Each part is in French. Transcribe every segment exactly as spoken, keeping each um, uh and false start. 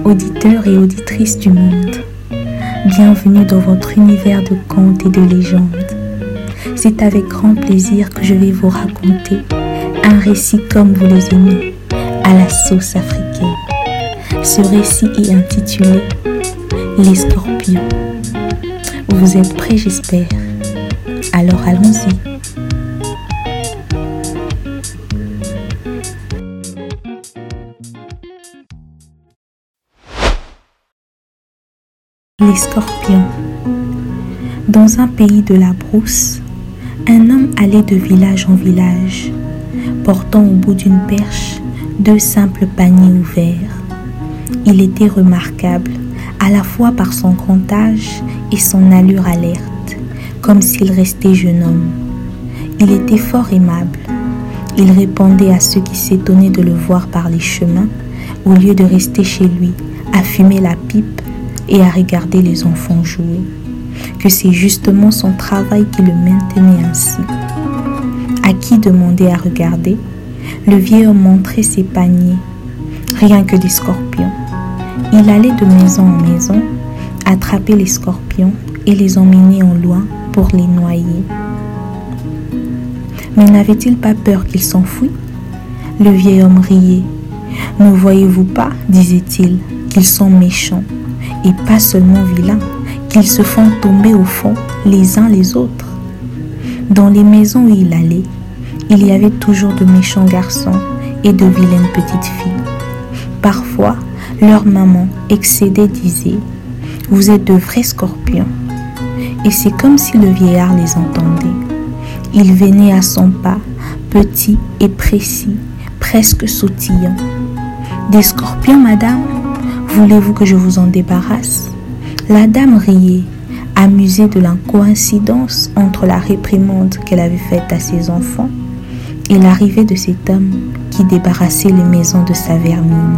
Auditeurs et auditrices du monde, bienvenue dans votre univers de contes et de légendes. C'est avec grand plaisir que je vais vous raconter un récit comme vous les aimez, à la sauce africaine. Ce récit est intitulé « Les scorpions ». Vous êtes prêts, j'espère? Alors allons-y. Les scorpions. Dans un pays de la brousse, un homme allait de village en village, portant au bout d'une perche deux simples paniers ouverts. Il était remarquable à la fois par son grand âge et son allure alerte, comme s'il restait jeune homme. Il était fort aimable. Il répondait à ceux qui s'étonnaient de le voir par les chemins, au lieu de rester chez lui à fumer la pipe et à regarder les enfants jouer, que c'est justement son travail qui le maintenait ainsi. À qui demander à regarder, le vieil homme montrait ses paniers, rien que des scorpions. Il allait de maison en maison, attraper les scorpions et les emmener en loin pour les noyer. Mais n'avait-il pas peur qu'ils s'enfuient? Le vieil homme riait. « Ne voyez-vous pas, disait-il, qu'ils sont méchants, et pas seulement vilains, qu'ils se font tomber au fond les uns les autres. » Dans les maisons où il allait, il y avait toujours de méchants garçons et de vilaines petites filles. Parfois, leur maman, excédée, disait « Vous êtes de vrais scorpions. » Et c'est comme si le vieillard les entendait. Il venait à son pas, petit et précis, presque sautillant. « Des scorpions, madame? Voulez-vous que je vous en débarrasse ?» La dame riait, amusée de l'incoïncidence entre la réprimande qu'elle avait faite à ses enfants et l'arrivée de cet homme qui débarrassait les maisons de sa vermine.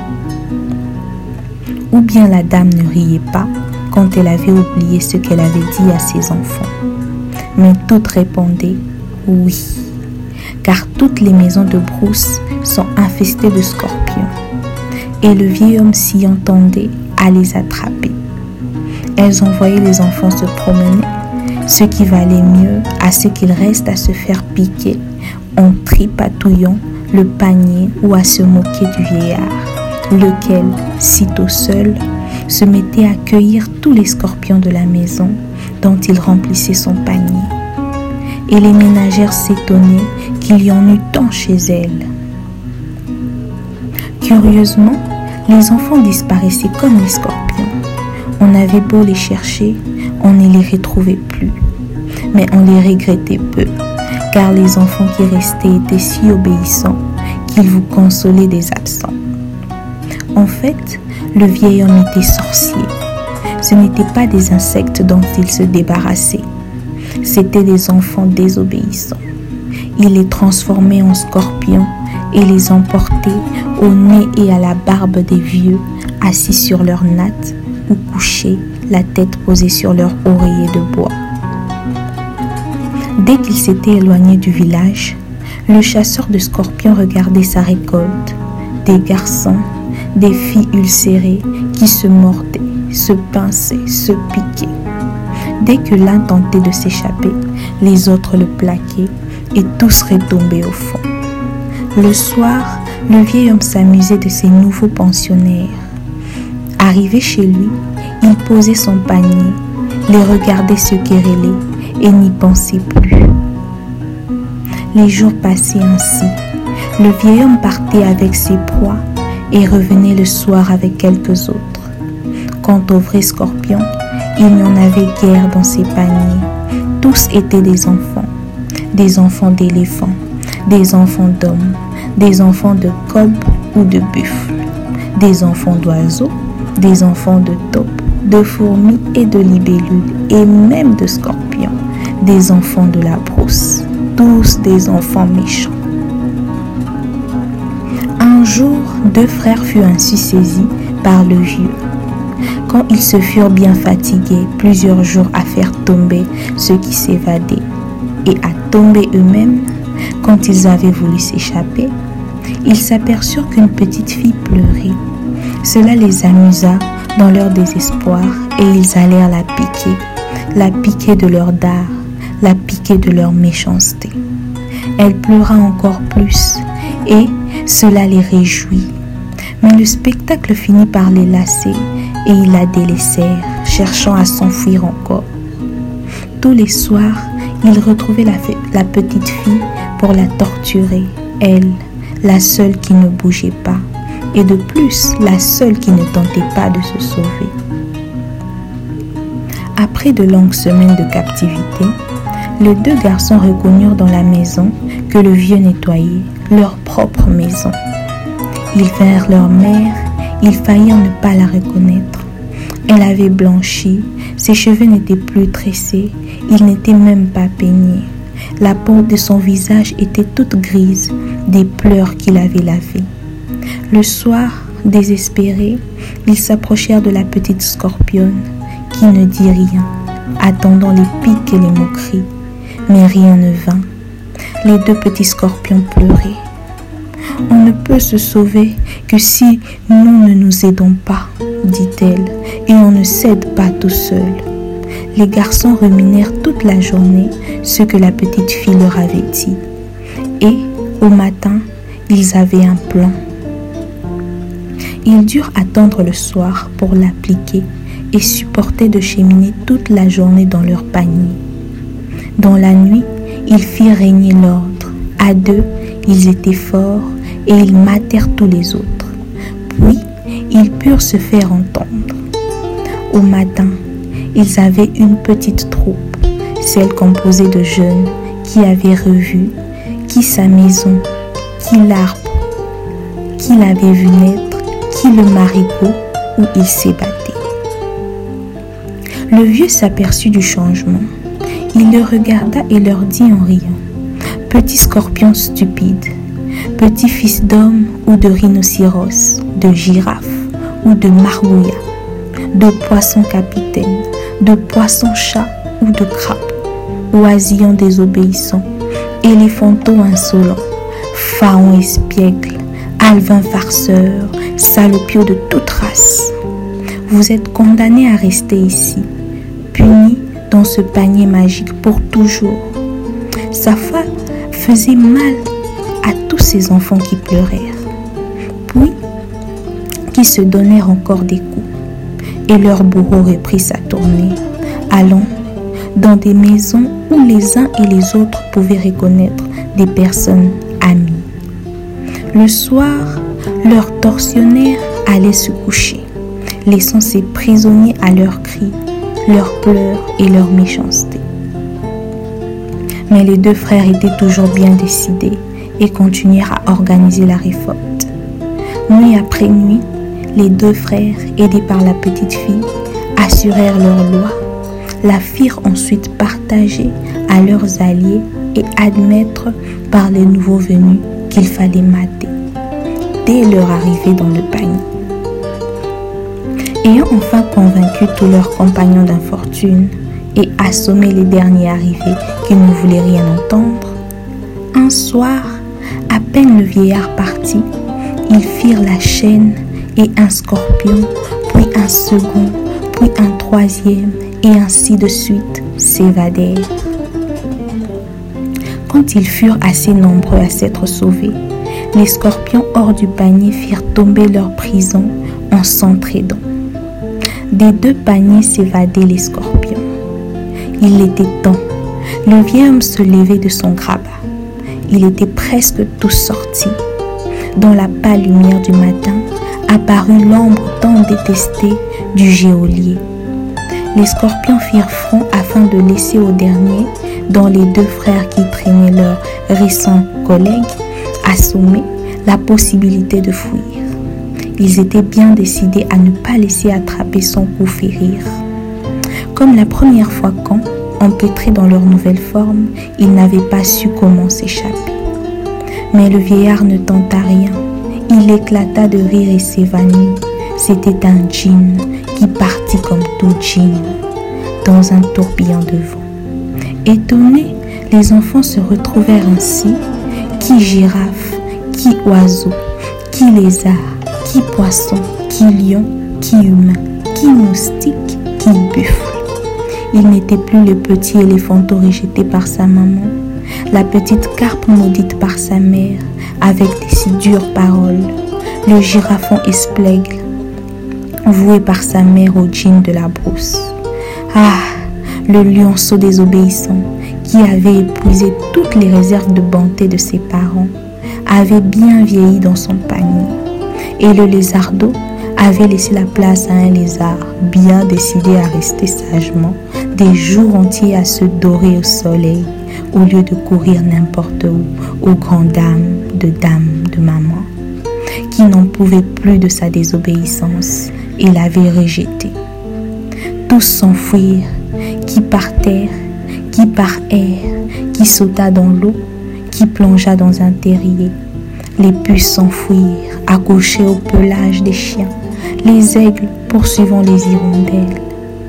Ou bien la dame ne riait pas quand elle avait oublié ce qu'elle avait dit à ses enfants, mais toutes répondaient « oui », car toutes les maisons de brousse sont infestées de scorpions, et le vieil homme s'y entendait à les attraper. Elles envoyaient les enfants se promener, ce qui valait mieux à ce qu'ils restent à se faire piquer en tripatouillant le panier ou à se moquer du vieillard, lequel, sitôt seul, se mettait à cueillir tous les scorpions de la maison dont il remplissait son panier. Et les ménagères s'étonnaient qu'il y en eût tant chez elles. Curieusement, les enfants disparaissaient comme les scorpions. On avait beau les chercher, on ne les retrouvait plus. Mais on les regrettait peu, car les enfants qui restaient étaient si obéissants qu'ils vous consolaient des absents. En fait, le vieil homme était sorcier. Ce n'étaient pas des insectes dont il se débarrassait. C'étaient des enfants désobéissants. Il les transformait en scorpions et les emportait au nez et à la barbe des vieux, assis sur leurs nattes ou couchés, la tête posée sur leur oreiller de bois. Dès qu'il s'était éloigné du village, le chasseur de scorpions regardait sa récolte, des garçons, des filles ulcérées qui se mordaient, se pinçaient, se piquaient. Dès que l'un tentait de s'échapper, les autres le plaquaient et tous retombaient au fond. Le soir, le vieil homme s'amusait de ses nouveaux pensionnaires. Arrivé chez lui, il posait son panier, les regardait se quereller et n'y pensait plus. Les jours passaient ainsi. Le vieil homme partait avec ses proies et revenait le soir avec quelques autres. Quant aux vrais scorpions, il n'y en avait guère dans ses paniers. Tous étaient des enfants, des enfants d'éléphants, des enfants d'hommes, des enfants de cob ou de buffle, des enfants d'oiseaux, des enfants de taupes, de fourmis et de libellules, et même de scorpions, des enfants de la brousse, tous des enfants méchants. Un jour, deux frères furent ainsi saisis par le vieux. Quand ils se furent bien fatigués plusieurs jours à faire tomber ceux qui s'évadaient et à tomber eux-mêmes, quand ils avaient voulu s'échapper, ils s'aperçurent qu'une petite fille pleurait. Cela les amusa dans leur désespoir et ils allèrent la piquer, la piquer de leur dard, la piquer de leur méchanceté. Elle pleura encore plus et cela les réjouit. Mais le spectacle finit par les lasser et ils la délaissèrent, cherchant à s'enfuir encore. Tous les soirs, ils retrouvaient la, la petite fille pour la torturer, elle, la seule qui ne bougeait pas, et de plus, la seule qui ne tentait pas de se sauver. Après de longues semaines de captivité, les deux garçons reconnurent dans la maison que le vieux nettoyait, leur propre maison. Ils vinrent leur mère, ils faillirent ne pas la reconnaître. Elle avait blanchi, ses cheveux n'étaient plus tressés, ils n'étaient même pas peignés. La peau de son visage était toute grise, des pleurs qu'il avait lavés. Le soir, désespérés, ils s'approchèrent de la petite scorpionne, qui ne dit rien, attendant les piques et les moqueries. Mais rien ne vint. Les deux petits scorpions pleuraient. « On ne peut se sauver que si nous ne nous aidons pas, dit-elle, et on ne s'aide pas tout seul. » Les garçons ruminèrent toute la journée ce que la petite fille leur avait dit. Et, au matin, ils avaient un plan. Ils durent attendre le soir pour l'appliquer et supporter de cheminer toute la journée dans leur panier. Dans la nuit, ils firent régner l'ordre. À deux, ils étaient forts et ils matèrent tous les autres. Puis, ils purent se faire entendre. Au matin, ils avaient une petite troupe, celle composée de jeunes qui avaient revu, qui sa maison, qui l'arbre, qui l'avait vu naître, qui le marigot où il s'ébattait. Le vieux s'aperçut du changement. Il le regarda et leur dit en riant: « Petit scorpion stupide, petit fils d'homme ou de rhinocéros, de girafe ou de margouillat, de poisson capitaine, de poisson chat ou de crabe, oisillon désobéissant, éléphanteau insolent, faon espiègle, alvin farceur, salopio de toute race. Vous êtes condamnés à rester ici, punis dans ce panier magique pour toujours. » Sa foi faisait mal à tous ces enfants qui pleurèrent, puis qui se donnèrent encore des coups. Et leur bourreau reprit sa tournée, allant dans des maisons où les uns et les autres pouvaient reconnaître des personnes amies. Le soir, leurs tortionnaires allaient se coucher, laissant ces prisonniers à leurs cris, leurs pleurs et leur méchanceté. Mais les deux frères étaient toujours bien décidés et continuèrent à organiser la révolte. Nuit après nuit, les deux frères, aidés par la petite fille, assurèrent leur loi, la firent ensuite partager à leurs alliés et admettre par les nouveaux venus qu'il fallait mater dès leur arrivée dans le panier. Ayant enfin convaincu tous leurs compagnons d'infortune et assommé les derniers arrivés qui ne voulaient rien entendre, un soir, à peine le vieillard parti, ils firent la chaîne et un scorpion, puis un second, puis un troisième, et ainsi de suite s'évadèrent. Quand ils furent assez nombreux à s'être sauvés, les scorpions hors du panier firent tomber leur prison en s'entraidant. Des deux paniers s'évadaient les scorpions. Il était temps. Le vieil homme se levait de son grabat. Il était presque tout sorti. Dans la pâle lumière du matin, apparut l'ombre tant détestée du geôlier. Les scorpions firent front afin de laisser au dernier, dont les deux frères qui traînaient leurs récents collègues, assommés, la possibilité de fuir. Ils étaient bien décidés à ne pas laisser attraper son coup férir. Comme la première fois quand, empêtrés dans leur nouvelle forme, ils n'avaient pas su comment s'échapper. Mais le vieillard ne tenta rien. Il éclata de rire et s'évanouit. C'était un djinn qui partit comme tout djinn, dans un tourbillon de vent. Étonnés, les enfants se retrouvèrent ainsi, qui girafe, qui oiseau, qui lézard, qui poisson, qui lion, qui humain, qui moustique, qui buffle. Il n'était plus le petit éléphanteau rejeté par sa maman, la petite carpe maudite par sa mère, avec des si dures paroles, le girafon esplègle, voué par sa mère au djinn de la brousse. Ah, le lionceau désobéissant, qui avait épuisé toutes les réserves de bonté de ses parents, avait bien vieilli dans son panier, et le lézardeau avait laissé la place à un lézard bien décidé à rester sagement des jours entiers à se dorer au soleil au lieu de courir n'importe où aux grandes dames de dames de maman qui n'en pouvaient plus de sa désobéissance et l'avaient rejeté. Tous s'enfuirent, qui par terre, qui par air, qui sauta dans l'eau, qui plongea dans un terrier. Les puces s'enfuirent, accrochées au pelage des chiens, les aigles poursuivant les hirondelles.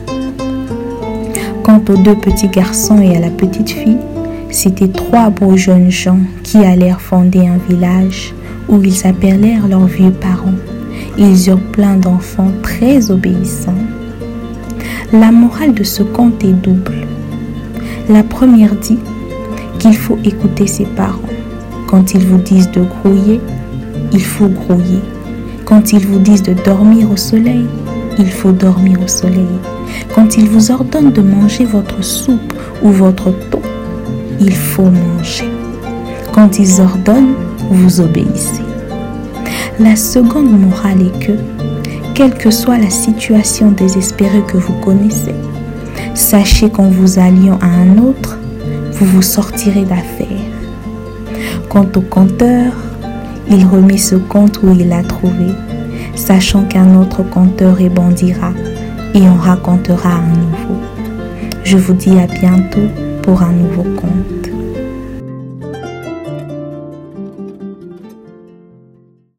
Quant aux deux petits garçons et à la petite fille, c'étaient trois beaux jeunes gens qui allèrent fonder un village où ils appelèrent leurs vieux parents. Ils eurent plein d'enfants très obéissants. La morale de ce conte est double. La première dit qu'il faut écouter ses parents. Quand ils vous disent de grouiller, il faut grouiller. Quand ils vous disent de dormir au soleil, il faut dormir au soleil. Quand ils vous ordonnent de manger votre soupe ou votre thon, il faut manger. Quand ils ordonnent, vous obéissez. La seconde morale est que, quelle que soit la situation désespérée que vous connaissez, sachez qu'en vous alliant à un autre, vous vous sortirez d'affaire. Quant au conteur, il remet ce conte où il l'a trouvé, sachant qu'un autre conteur rebondira et en racontera un nouveau. Je vous dis à bientôt pour un nouveau conte.